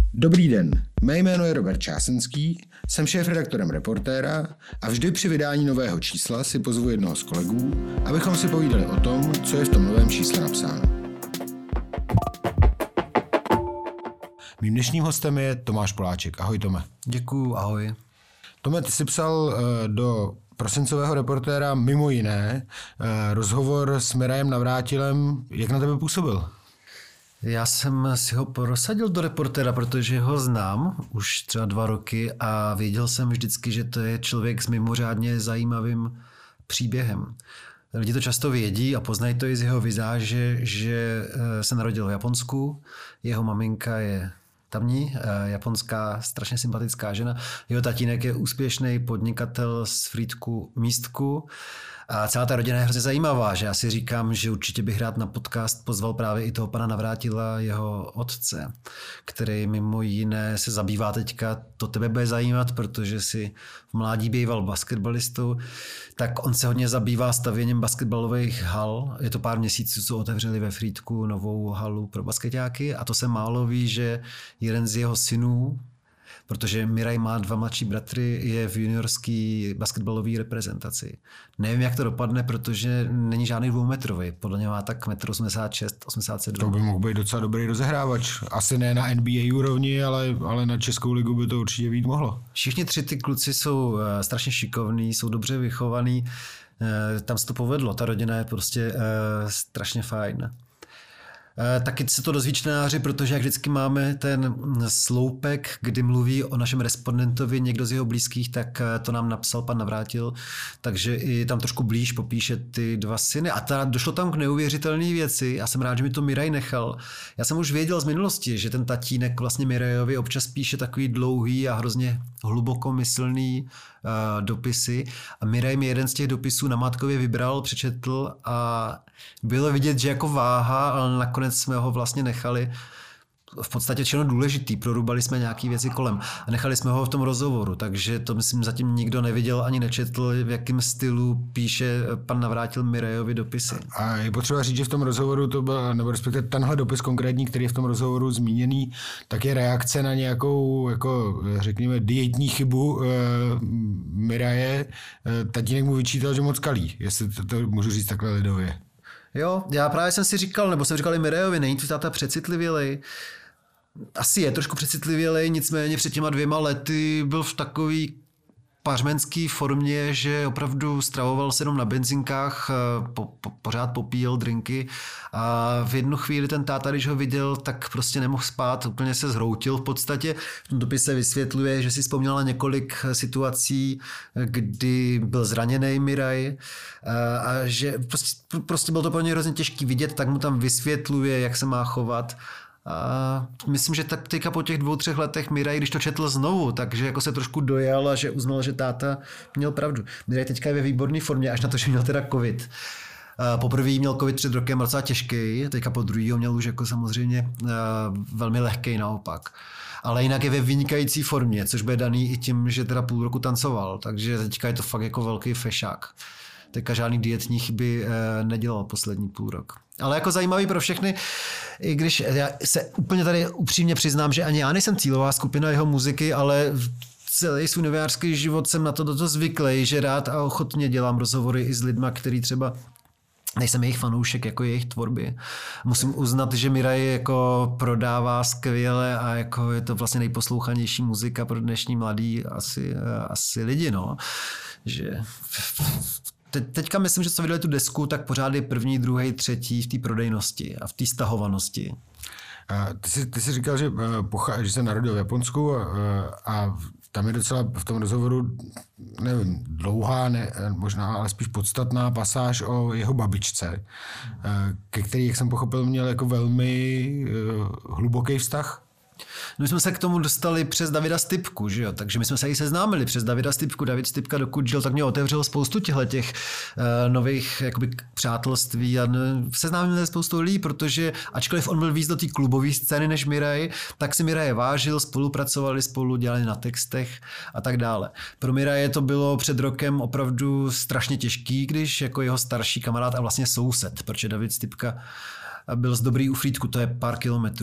Dobrý den, mé jméno je Robert Čásenský, jsem šéfredaktorem Reportéra a vždy při vydání nového čísla si pozvu jednoho z kolegů, abychom si povídali o tom, co je v tom novém čísle napsáno. Mým dnešním hostem je Tomáš Poláček. Ahoj, Tome. Děkuju, ahoj. Tome, ty jsi psal do prosincového Reportéra mimo jiné rozhovor s Mirajem Navrátilem. Jak na tebe působil? Já jsem si ho prosadil do Reportéra, protože ho znám už třeba 2 roky a věděl jsem vždycky, že to je člověk s mimořádně zajímavým příběhem. Lidi to často vědí a poznají to i z jeho vizáže, že se narodil v Japonsku, jeho maminka je tamní, japonská, strašně sympatická žena. Jeho tatínek je úspěšný podnikatel z Frýdku Místku a celá ta rodina je hrozně zajímavá, že já si říkám, že určitě bych rád na podcast pozval právě i toho pana Navrátila, jeho otce, který mimo jiné se zabývá teďka, to tebe bude zajímat, protože si v mládí býval basketbalistou, tak on se hodně zabývá stavěním basketbalových hal. Je to pár měsíců, co otevřeli ve Frýdku novou halu pro basketáky a to se málo ví, že jeden z jeho synů, protože Miraj má 2 mladší bratry, je v juniorský basketbalové reprezentaci. Nevím, jak to dopadne, protože není žádný 2metrový. Podle něj má tak 1,86 m, 87. To by mohl být docela dobrý rozehrávač. Asi ne na NBA úrovni, ale na Českou ligu by to určitě být mohlo. Všichni 3 ty kluci jsou strašně šikovní, jsou dobře vychovaní. Tam se to povedlo. Ta rodina je prostě strašně fajn. Taky se to dozví čtenáři, protože jak vždycky máme ten sloupek, kdy mluví o našem respondentovi někdo z jeho blízkých, tak to nám napsal pan Navrátil, takže i tam trošku blíž popíše ty 2 syny. A došlo tam k neuvěřitelné věci. Já jsem rád, že mi to Miraj nechal. Já jsem už věděl z minulosti, že ten tatínek vlastně Mirajovi občas píše takový dlouhý a hrozně hlubokomyslný dopisy. A Miraj mi jeden z těch dopisů namátkově vybral, přečetl a bylo vidět, že jako váha, ale nakonec jsme ho vlastně nechali v podstatě všechno důležitý. Prorubali jsme nějaké věci kolem a nechali jsme ho v tom rozhovoru, takže to myslím zatím nikdo neviděl ani nečetl, v jakém stylu píše pan Navrátil Mirajovi dopisy. A je potřeba říct, že v tom rozhovoru to byl, nebo respektive tenhle dopis konkrétní, který je v tom rozhovoru zmíněný, tak je reakce na nějakou, jako řekněme, dietní chybu Miraje. Tatínek mu vyčítal, že moc kalí, jestli to můžu říct takhle lidově. Jo, já právě jsem si říkal, nebo jsem říkal i Mirajovi, není to táta přecitlivělej. Asi je trošku přecitlivělej, nicméně před těma 2 lety byl v takový pařmenský formě, že opravdu stravoval se jenom na benzinkách, pořád popíjel drinky a v jednu chvíli ten táta, když ho viděl, tak prostě nemohl spát, úplně se zhroutil v podstatě. V tom dopise vysvětluje, že si vzpomněl na několik situací, kdy byl zraněný Miraj a že prostě bylo to pro něj hrozně těžký vidět, tak mu tam vysvětluje, jak se má chovat. A myslím, že tak teďka po těch 2-3 letech Miraj, když to četl znovu, takže jako se trošku dojal a že uznal, že táta měl pravdu. Miraj teďka je ve výborné formě, až na to, že měl teda covid. Poprvé měl covid před rokem docela těžký, teďka po druhýho měl už jako samozřejmě velmi lehkej naopak. Ale jinak je ve vynikající formě, což bude daný i tím, že teda půl roku tancoval, takže teďka je to fakt jako velký fešák. Teďka žádný dietní chyby nedělal poslední půl rok. Ale jako zajímavý pro všechny, i když já se úplně tady upřímně přiznám, že ani já nejsem cílová skupina jeho muziky, ale celý svůj novinářský život jsem na to zvyklý, že rád a ochotně dělám rozhovory i s lidma, který třeba nejsem jejich fanoušek jako jejich tvorby. Musím uznat, že Miraj jako prodává skvěle a jako je to vlastně nejposlouchanější muzika pro dnešní mladý asi lidi, no. Že teďka myslím, že co vydali tu desku, tak pořád je 1., 2., 3. v té prodejnosti a v té stahovanosti. Ty jsi říkal, že se narodil v Japonsku a tam je docela v tom rozhovoru, nevím, dlouhá, možná, ale spíš podstatná pasáž o jeho babičce, ke který, jak jsem pochopil, měl jako velmi hluboký vztah. No my jsme se k tomu dostali přes Davida Stypku, že jo? Takže my jsme se i seznámili přes Davida Stypku. David Stypka, dokud žil, tak mě otevřel spoustu těch nových jakoby přátelství a seznámili spoustu lidí, protože ačkoliv on byl víc do té klubové scény než Miraj, tak si Miraje vážil, spolupracovali spolu, dělali na textech a tak dále. Pro Miraje to bylo před rokem opravdu strašně těžký, když jako jeho starší kamarád a vlastně soused, protože David Stypka byl z Dobrý u Frýdku, to je pár kilometrů.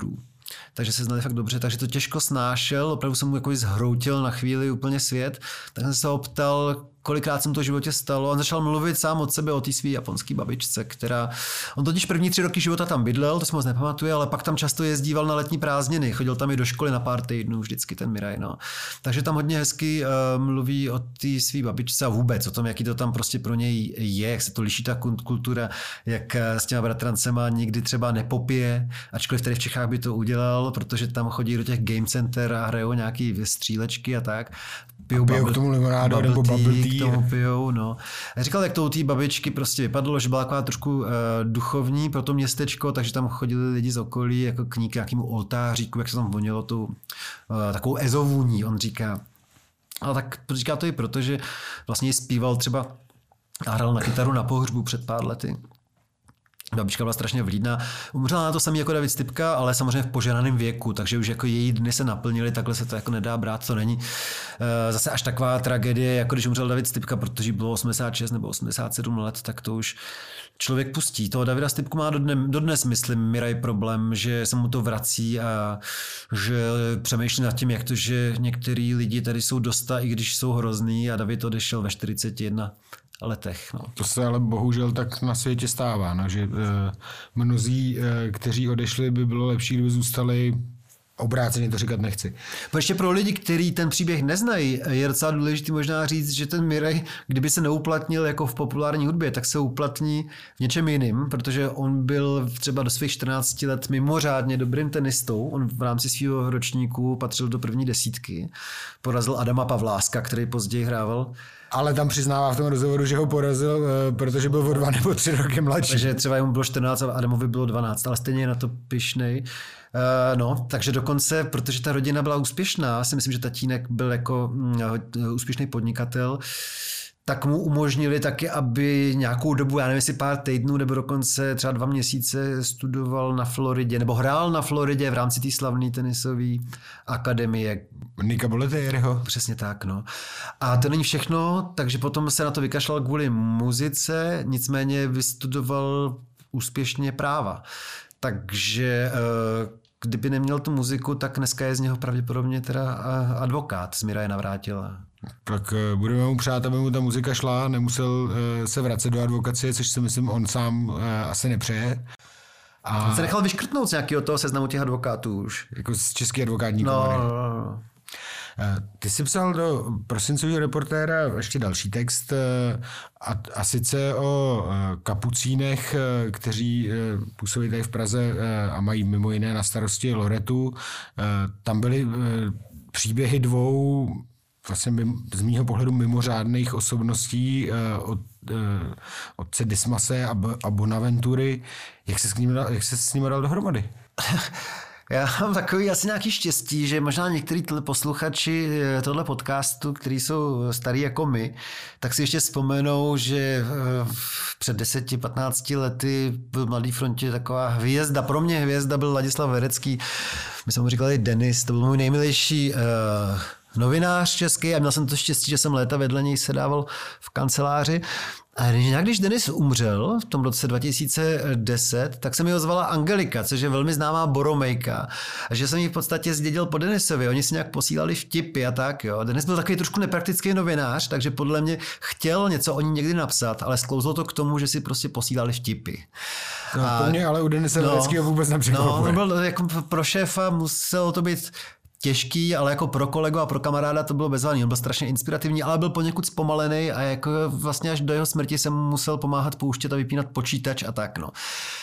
takže se znali fakt dobře, takže to těžko snášel, opravdu jsem mu jako zhroutil na chvíli úplně svět, tak jsem se ho ptal, kolikrát jsem to v životě stalo. On začal mluvit sám od sebe o té své japonské babičce, která... On totiž první 3 roky života tam bydlel, to si moc nepamatuje, ale pak tam často jezdíval na letní prázdniny. Chodil tam i do školy na pár týdnů vždycky ten Miraj. No. Takže tam hodně hezky mluví o té své babičce a vůbec o tom, jaký to tam prostě pro něj je, jak se to liší ta kultura, jak s těma bratrancema nikdy třeba nepopije, ačkoliv tady v Čechách by to udělal, protože tam chodí do těch game center a hrajou nějaký střílečky a tak. Pijou k tomu limonádu nebo bubble tea. K tomu pijou, no. A říkal, jak to u té babičky prostě vypadalo, že byla taková trošku duchovní pro to městečko, takže tam chodili lidi z okolí jako k nějakému oltáříku, jak se tam vonilo tu takovou ezovůní, on říká. Ale tak říká to i proto, že vlastně zpíval třeba a hrál na kytaru na pohřbu před pár lety. Babička byla strašně vlídná. Umřela na to samý jako David Stypka, ale samozřejmě v požehnaném věku, takže už jako její dny se naplnily, takhle se to jako nedá brát, to není zase až taková tragédie, jako když umřel David Stypka, protože bylo 86 nebo 87 let, tak to už člověk pustí. Toho Davida Stypku má dodnes, myslím, Miraj problém, že se mu to vrací a že přemýšlí nad tím, jak to, že některý lidi tady jsou dosta, i když jsou hrozný a David odešel ve 41 letech. No. To se ale bohužel tak na světě stává, no, že mnozí, kteří odešli, by bylo lepší, kdyby zůstali. Obráceně to říkat nechci. Ještě pro lidi, kteří ten příběh neznají, je docela důležité možná říct, že ten Miraj, kdyby se neuplatnil jako v populární hudbě, tak se uplatní v něčem jiným, protože on byl třeba do svých 14 let mimořádně dobrým tenistou. On v rámci svého ročníku patřil do první 10. Porazil Adama Pavláska, který později hrával. Ale tam přiznává v tom rozhovoru, že ho porazil, protože byl o 2 nebo 3 roky mladší. Takže třeba jemu bylo 14 a Adamovi bylo 12, ale stejně je na to pyšnej. No, takže dokonce, protože ta rodina byla úspěšná, si myslím, že tatínek byl jako úspěšný podnikatel, tak mu umožnili taky, aby nějakou dobu, já nevím, jestli pár týdnů nebo dokonce třeba 2 měsíce studoval na Floridě, nebo hrál na Floridě v rámci té slavné tenisové akademie. Nika Bollettieriho. Přesně tak, no. A to není všechno, takže potom se na to vykašlal kvůli muzice, nicméně vystudoval úspěšně práva. Takže kdyby neměl tu muziku, tak dneska je z něho pravděpodobně teda advokát z Miraje Navrátila. Tak budeme mu přát, aby mu ta muzika šla, nemusel se vracet do advokacie, což si myslím on sám asi nepřeje. On se nechal vyškrtnout z nějakého toho seznamu těch advokátů už. Jako z český advokátní komory. No. Ty jsi psal do prosincového Reportéra ještě další text a sice o kapucínech, kteří působí tady v Praze a mají mimo jiné na starosti Loretu. Tam byly příběhy 2 vlastně z mýho pohledu mimořádných osobností od otce Dismase a Bonaventury. Jak se s nimi dal dohromady? Já mám takový asi nějaký štěstí, že možná některý posluchači tohle podcastu, kteří jsou starý jako my, tak si ještě vzpomenou, že před 10-15 lety byl v Mladé frontě taková hvězda. Pro mě hvězda byl Ladislav Verecký. My jsme mu říkali Denis, to byl můj nejmilejší novinář český a měl jsem to štěstí, že jsem léta vedle něj sedával v kanceláři. A nějak když Denis umřel v tom roce 2010, tak se mi ozvala Angelika, což je velmi známá boromejka. A že jsem ji v podstatě zdědil po Denisovi. Oni si nějak posílali vtipy a tak. Jo. Denis byl takový trošku nepraktický novinář, takže podle mě chtěl něco o ní někdy napsat, ale sklouzlo to k tomu, že si prostě posílali vtipy. No, to mě ale u Denise Vereckého vůbec nepřekvapuje. No, byl jako pro šéfa muselo to být těžký, ale jako pro kolegu a pro kamaráda to bylo bezvadný. On byl strašně inspirativní, ale byl poněkud zpomalený a jako vlastně až do jeho smrti jsem musel pomáhat pouštět a vypínat počítač a tak, no.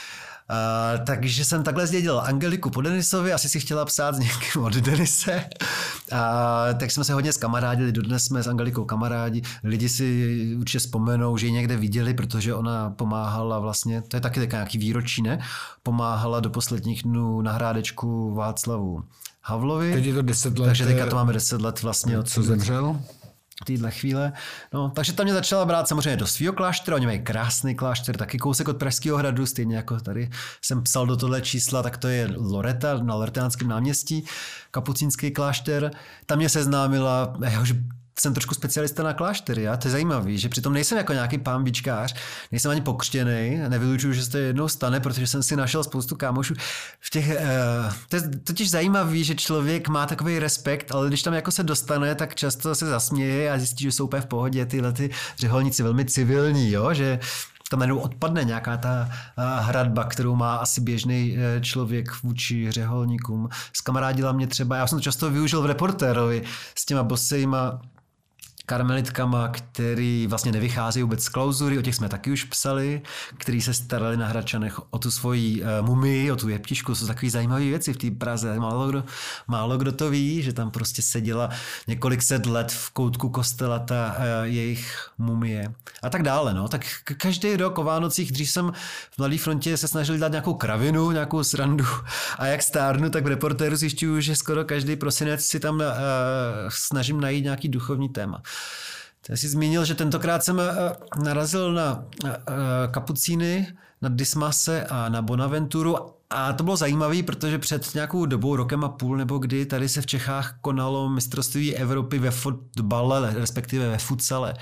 Takže jsem takhle zdědil Angeliku po Denisovi, asi si chtěla psát s někým od Denise. Tak jsme se hodně zkamarádili, dodnes jsme s Angelikou kamarádi. Lidi si určitě vzpomenou, že ji někde viděli, protože ona pomáhala vlastně, to je taky nějaký výročí, ne? Pomáhala do posledních dnů na Hrádečku Václavu Havlovi. Teď je to 10 let. Takže teďka to máme 10 let vlastně od co zemřel. v téhle chvíle. No, takže tam mě začala brát samozřejmě do svého kláštera, oni mají krásný klášter, taky kousek od Pražského hradu, stejně jako tady jsem psal do tohle čísla, tak to je Loreta na Loretánském náměstí, kapucínský klášter. Tam mě seznámila, jehož jsem trošku specialista na kláštery a to je zajímavý, že přitom nejsem jako nějaký pánbičkář, nejsem ani pokřtěnej, nevylučuju, že se to jednou stane, protože jsem si našel spoustu kámošů v těch, to je totiž zajímavý, že člověk má takový respekt, ale když tam jako se dostane, tak často se zasměje a zjistí, že jsou úplně v pohodě tyhle ty řeholníci velmi civilní, jo? Že tam najednou odpadne nějaká ta hradba, kterou má asi běžný člověk vůči řeholníkům. Zkamarádila mě třeba, já jsem to často využil v Reportérovi s těma bosejma karmelitkama, který vlastně nevycházejí vůbec z klauzury, o těch jsme taky už psali, který se starali na Hradčanech o tu svoji mumii, o tu jeptišku, jsou takové zajímavé věci v té Praze. Málo kdo to ví, že tam prostě seděla několik set let v koutku kostela ta jejich mumie. A tak dále, no. Tak každý rok o Vánocích, dřív jsem v Mladé frontě se snažil dát nějakou kravinu, nějakou srandu a jak stárnu, tak v Reportéru zjišťuju, že skoro každý prosinec si tam snažím najít nějaký duchovní téma. Já si zmínil, že tentokrát jsem narazil na kapucíny, na Dismase a na Bonaventuru a to bylo zajímavé, protože před nějakou dobou, rokem a půl nebo kdy, tady se v Čechách konalo mistrovství Evropy ve fotbale, respektive ve futsale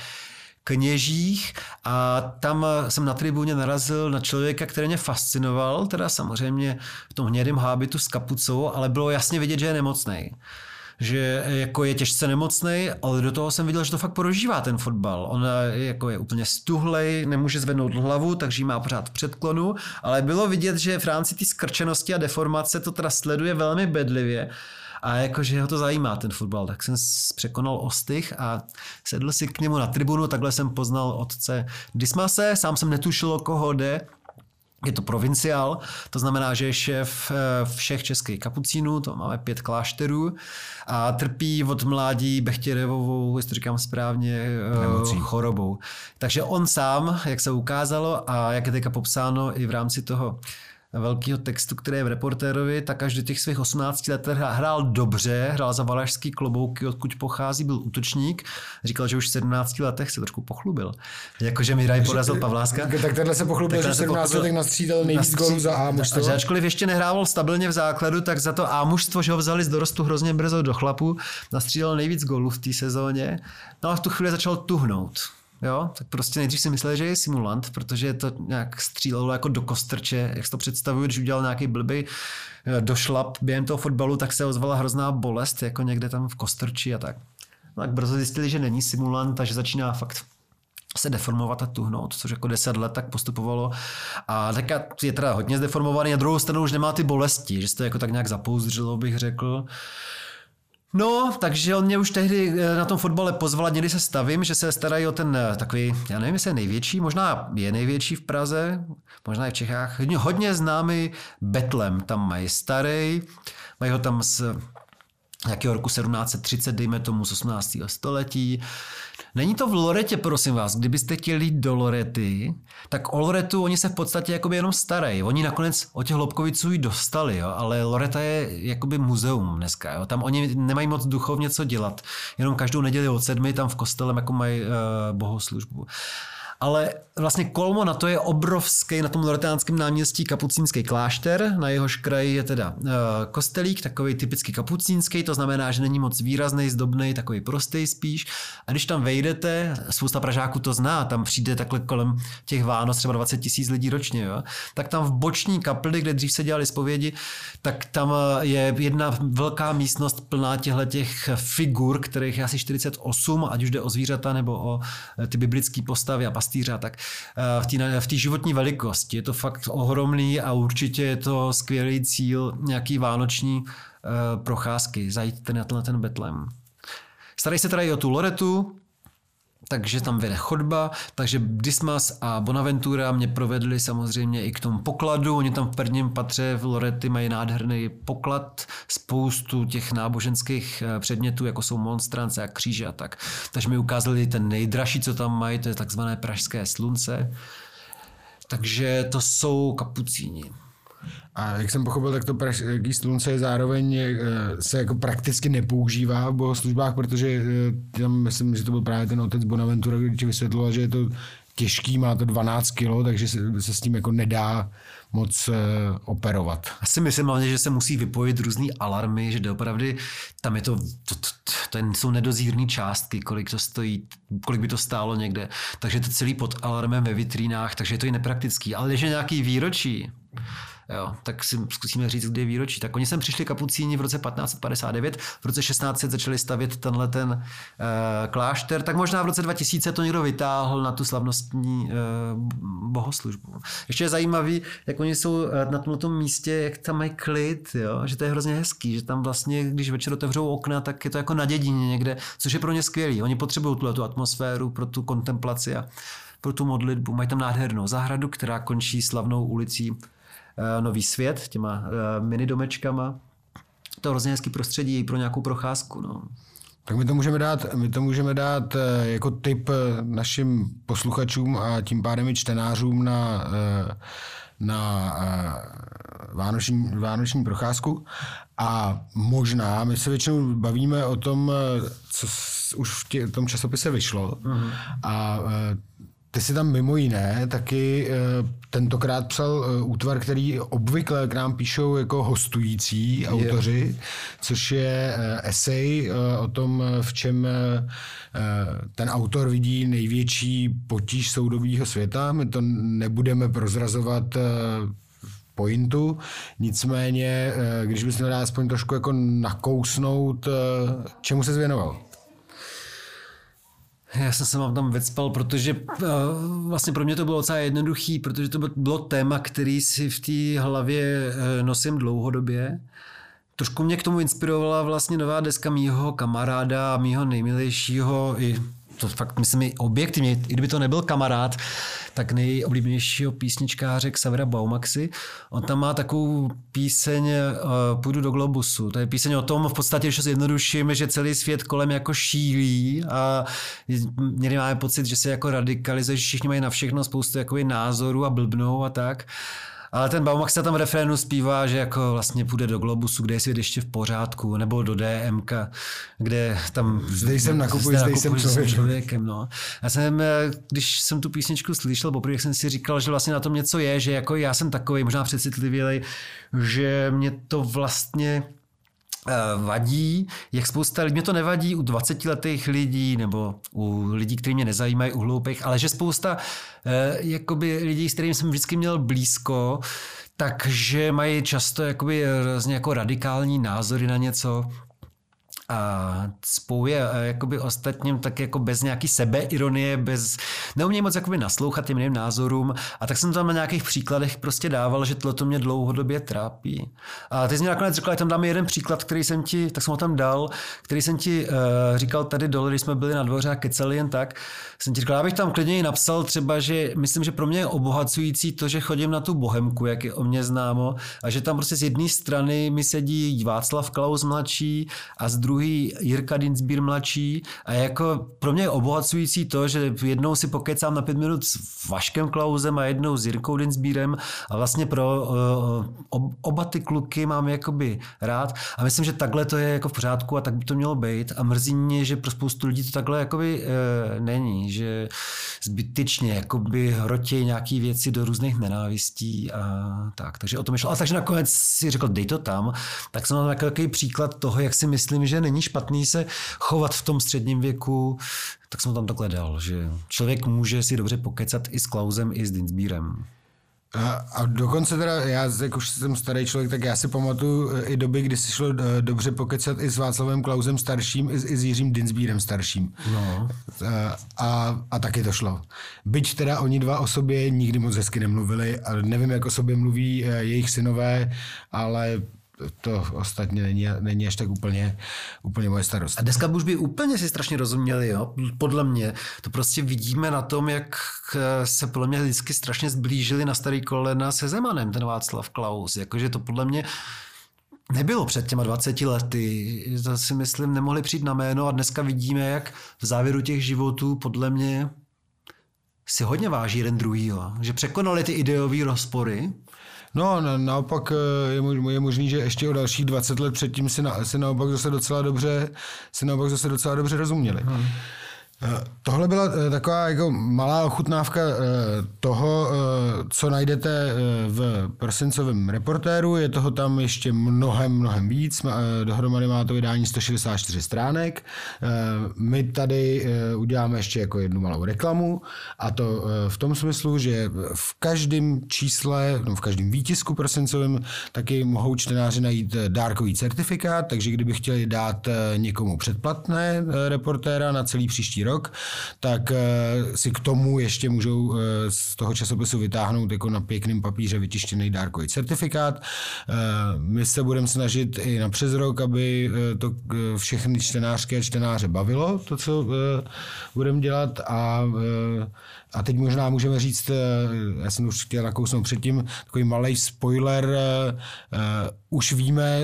Kněžích a tam jsem na tribuně narazil na člověka, který mě fascinoval, teda samozřejmě v tom hnědém hábitu s kapucou, ale bylo jasně vidět, že je nemocnej. Že jako je těžce nemocnej, ale do toho jsem viděl, že to fakt prožívá ten fotbal. On jako je úplně stuhlej, nemůže zvednout hlavu, takže ji má pořád v předklonu, ale bylo vidět, že v rámci té skrčenosti a deformace to teda sleduje velmi bedlivě a jakože ho to zajímá ten fotbal, tak jsem překonal ostych a sedl si k němu na tribunu, takhle jsem poznal otce Dismase, sám jsem netušil, o koho jde. Je to provinciál, to znamená, že je šéf všech českých kapucínů, to máme 5 klášterů a trpí od mládí Bechtěrevovou, jestli to říkám správně, chorobou. Takže on sám, jak se ukázalo a jak je teďka popsáno i v rámci toho velkého textu, který je v Reportérovi, tak až do těch svých 18 let hrál dobře, hrál za Valašský Klobouky, odkud pochází, byl útočník. Říkal, že už v 17 letech se trošku pochlubil. Jakože Miraj porazil Pavláska. Tak tenhle se pochlubil, že v 17 letech nastřídal nejvíc gólů za A mužstvo. A ačkoliv ještě nehrával stabilně v základu, tak za to A mužstvo, že ho vzali z dorostu hrozně brzo do chlapu, nastřídal nejvíc gólů v té sezóně. No a v tu chvíli začal tuhnout. Jo, tak prostě nejdřív si mysleli, že je simulant, protože to nějak střílelo jako do kostrče, jak si to představuju, když udělal nějaký blbý došlap během toho fotbalu, tak se ozvala hrozná bolest, jako někde tam v kostrči a tak. No, tak brzo zjistili, že není simulant a že začíná fakt se deformovat a tuhnout, což jako 10 let tak postupovalo. A tak je teda hodně zdeformovaný, na druhou stranu už nemá ty bolesti, že se to jako tak nějak zapouzdřilo, bych řekl. No, takže on mě už tehdy na tom fotbale pozval, někdy se stavím, že se starají o ten takový, já nevím, jestli je největší, možná je největší v Praze, možná i v Čechách, hodně známý Betlem, tam mají starý, mají ho tam z nějakého roku 1730, dejme tomu z 18. století. Není to v Loretě, prosím vás, kdybyste chtěli jít do Lorety, tak o Loretu oni se v podstatě jakoby jenom starají. Oni nakonec od těch Lobkoviců ji dostali, jo, ale Loreta je jakoby muzeum dneska. Jo. Tam oni nemají moc duchovně co dělat. Jenom každou neděli od 7 tam v kostele jako mají bohoslužbu. Ale vlastně kolmo na to je obrovský, na tom loretánském náměstí kapucínský klášter, na jehož kraji je teda kostelík, takový typicky kapucínský, to znamená, že není moc výrazný, zdobný, takový prostý spíš. A když tam vejdete, spousta Pražáků to zná, tam přijde takhle kolem těch Vánoc třeba 20 000 lidí ročně, jo? Tak tam v boční kapli, kde dřív se dělali zpovědi, tak tam je jedna velká místnost plná těch figur, kterých je asi 48, ať už jde o zvířata nebo o ty biblické postavy a pastýře, tak v té životní velikosti. Je to fakt ohromný a určitě je to skvělý cíl nějaký vánoční procházky, zajít na ten Betlém. Starají se teda i o tu Loretu, takže tam vede chodba, takže Dismas a Bonaventura mě provedli samozřejmě i k tomu pokladu. Oni tam v prvním patře v Lorety mají nádherný poklad, spoustu těch náboženských předmětů, jako jsou monstrance a kříže a tak. Takže mi ukázali ten nejdražší, co tam mají, to je takzvané pražské slunce. Takže to jsou kapucíni. A jak jsem pochopil, tak to pražský slunce zároveň se jako prakticky nepoužívá v bohoslužbách, protože tam myslím, že to byl právě ten otec Bonaventura, když ti vysvětloval, že je to těžký, má to 12 kg, takže se s tím jako nedá moc operovat. Asi myslím hlavně, že se musí vypojit různý alarmy, že doopravdy tam je to jsou nedozírné částky, kolik to stojí, kolik by to stálo někde. Takže to celý pod alarmem ve vitrínách, takže je to i nepraktický. Ale když je nějaký výročí, jo, tak si zkusíme říct, kdy je výročí. Tak oni sem přišli kapucíni v roce 1559, v roce 1600 začali stavět tenhle klášter, tak možná v roce 2000 to někdo vytáhl na tu slavnostní bohoslužbu. Ještě je zajímavý, jak oni jsou na tomto místě, jak tam mají klid, jo? Že to je hrozně hezký, že tam vlastně, když večer otevřou okna, tak je to jako na dědině někde, což je pro ně skvělý. Oni potřebují tu atmosféru pro tu kontemplaci a pro tu modlitbu. Mají tam nádhernou zahradu, která končí slavnou ulicí Nový svět, těma mini domečkama. To je hrozně hezký prostředí i pro nějakou procházku. No. Tak my to můžeme dát jako tip našim posluchačům a tím pádem i čtenářům na vánoční procházku. A možná, my se většinou bavíme o tom, co už v tom časopise vyšlo. A ty si tam mimo jiné taky tentokrát psal útvar, který obvykle k nám píšou jako hostující autoři, což je esej o tom, v čem ten autor vidí největší potíž soudobého světa. My to nebudeme prozrazovat pointu, nicméně, když bys měl aspoň trošku jako nakousnout, čemu se věnoval? Já jsem se vám tam vecpal, protože vlastně pro mě to bylo docela jednoduchý, protože to bylo téma, který si v té hlavě nosím dlouhodobě. Trošku mě k tomu inspirovala vlastně nová deska mýho kamaráda, mýho nejmilejšího, i to fakt myslím i objektivně, i kdyby to nebyl kamarád, tak nejoblíbenějšího písničkáře Xavera Baumaxy. On tam má takovou píseň Půjdu do globusu. To je píseň o tom, v podstatě, když se zjednoduším, že celý svět kolem jako šílí a někdy máme pocit, že se jako radikalizuje, že všichni mají na všechno spoustu jakoby názorů a blbnou a tak. Ale ten Baumax tam v refrénu zpívá, že jako vlastně půjde do globusu, kde je svět ještě v pořádku, nebo do DMK, kde tam... Zde jsem člověkem. No. Já jsem, když jsem tu písničku slyšel, poprvé jsem si říkal, že vlastně na tom něco je, že jako já jsem takový možná přecitlivělej, že mě to vlastně vadí, jak spousta lidí, mě to nevadí u 20letých lidí nebo u lidí, kteří mě nezajímají, u hloupých, ale že spousta jakoby lidí, s kterými jsem vždycky měl blízko, takže mají často jakoby různě jako radikální názory na něco a spouje jakoby ostatním tak jako bez nějaký sebeironie, neumějí moc jakoby naslouchat těm jiným názorům a tak jsem tam na nějakých příkladech prostě dával, že to mě dlouhodobě trápí. A ty jsi mi nakonec řekl, tam dáme jeden příklad, který jsem ho tam dal, který jsem ti říkal tady dole, když jsme byli na dvoře a kecali jen tak, jsem ti říkal, já bych tam klidně i napsal třeba, že myslím, že pro mě je obohacující to, že chodím na tu Bohemku, jak je o mě známo, a že tam prostě z jedné strany mi sedí Václav Klaus mladší a z druhé Jirka Dienstbier mladší a jako pro mě je obohacující to, že jednou si pokecám na 5 minut s Vaškem Klausem a jednou s Jirkou Dienstbierem a vlastně pro oba ty kluky mám jakoby rád a myslím, že takhle to je jako v pořádku a tak by to mělo být a mrzí mě, že pro spoustu lidí to takhle jakoby není, že zbytečně jakoby hrotějí nějaký věci do různých nenávistí a tak, takže o tom šlo. A takže nakonec si řekl, dej to tam, tak jsem mám takový příklad toho, jak si myslím, že není špatný se chovat v tom středním věku, tak jsem tam takhle dal, že člověk může si dobře pokecat i s Klausem, i s Dienstbierem. A dokonce teda, já jak už jsem starý člověk, tak já si pamatuju i doby, kdy si šlo dobře pokecat i s Václavem Klausem starším, i s Jiřím Dienstbierem starším. No. A taky to šlo. Byť teda oni dva o sobě nikdy moc hezky nemluvili a nevím, jak o sobě mluví jejich synové, ale to ostatně není až tak úplně moje starost. A dneska už by úplně si strašně rozuměli, jo? Podle mě. To prostě vidíme na tom, jak se podle mě vždycky strašně zblížili na starý kolena se Zemanem, ten Václav Klaus. Jakože to podle mě nebylo před těma 20 lety. To si myslím, nemohli přijít na jméno a dneska vidíme, jak v závěru těch životů podle mě si hodně váží jeden druhýho. Že překonali ty ideové rozpory. No, naopak je možný, že ještě o dalších 20 let předtím si naopak zase docela dobře rozuměli. Tohle byla taková jako malá ochutnávka toho, co najdete v prosincovém Reportéru. Je toho tam ještě mnohem víc. Dohromady má to vydání 164 stránek. My tady uděláme ještě jako jednu malou reklamu, a to v tom smyslu, že v každém čísle, no v každém výtisku prosincovém taky mohou čtenáři najít dárkový certifikát, takže kdyby chtěli dát někomu předplatné Reportéra na celý příští rok, tak si k tomu ještě můžou z toho časopisu vytáhnout jako na pěkném papíře vytištěný dárkový certifikát. My se budeme snažit i na přes rok, aby to všechny čtenářky a čtenáře bavilo, to, co budeme dělat, a teď možná můžeme říct, já jsem už chtěl nakousnout předtím, takový malej spoiler, už víme,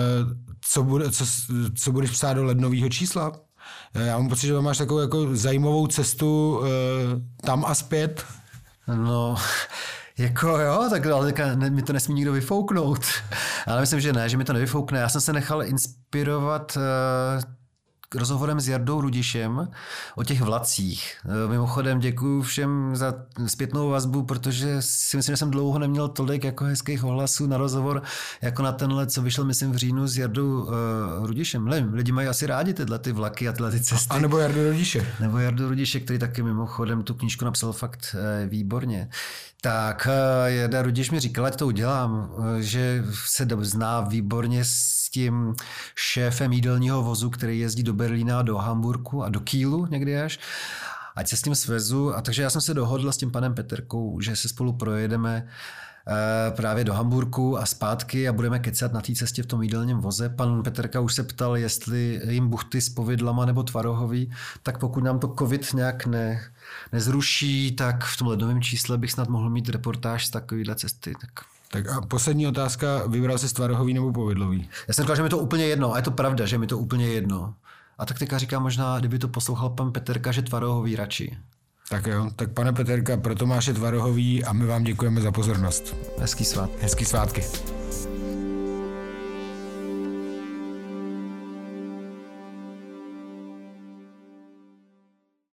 co budeš psát do lednového čísla. Já mám pocit, že máš takovou jako zajímavou cestu tam a zpět. No, jako jo, tak ale mi to nesmí nikdo vyfouknout. Ale myslím, že ne, že mi to nevyfoukne. Já jsem se nechal inspirovat rozhovorem s Jardou Rudišem o těch vlacích. Mimochodem děkuju všem za zpětnou vazbu, protože si myslím, že jsem dlouho neměl tolik jako hezkých ohlasů na rozhovor, jako na tenhle, co vyšel, myslím, v říjnu s Jardou Rudišem. Lidi mají asi rádi tyhle ty vlaky a tyhle ty cesty. A nebo Jardu Rudiše. Nebo Jardu Rudiše, který taky mimochodem tu knížku napsal fakt výborně. Tak Jarda Rudiš mi říkal, ať to udělám, že se zná výborně s tím šéfem jídelního vozu, který jezdí do Berlína, do Hamburku a do Kielu někdy až. Ať se s tím svezu. A takže já jsem se dohodl s tím panem Peterkou, že se spolu projedeme právě do Hamburku a zpátky a budeme kecat na té cestě v tom jídelním voze. Pan Peterka už se ptal, jestli jim buchty s povidlama nebo tvarohový, tak pokud nám to covid nějak nezruší, tak v tom lednovém čísle bych snad mohl mít reportáž z takovéhle cesty. Tak a poslední otázka, vybral jsi tvarohový nebo povidlový? Já jsem říkal, že mi to úplně jedno, a je to pravda, že mi to úplně jedno. A tak teďka říkám možná, kdyby to poslouchal pan Peterka, že tvarohový radši. Tak jo, tak pane Peterka, pro Tomáše Tvarohový a my vám děkujeme za pozornost. Hezký svátky. Hezký svátky.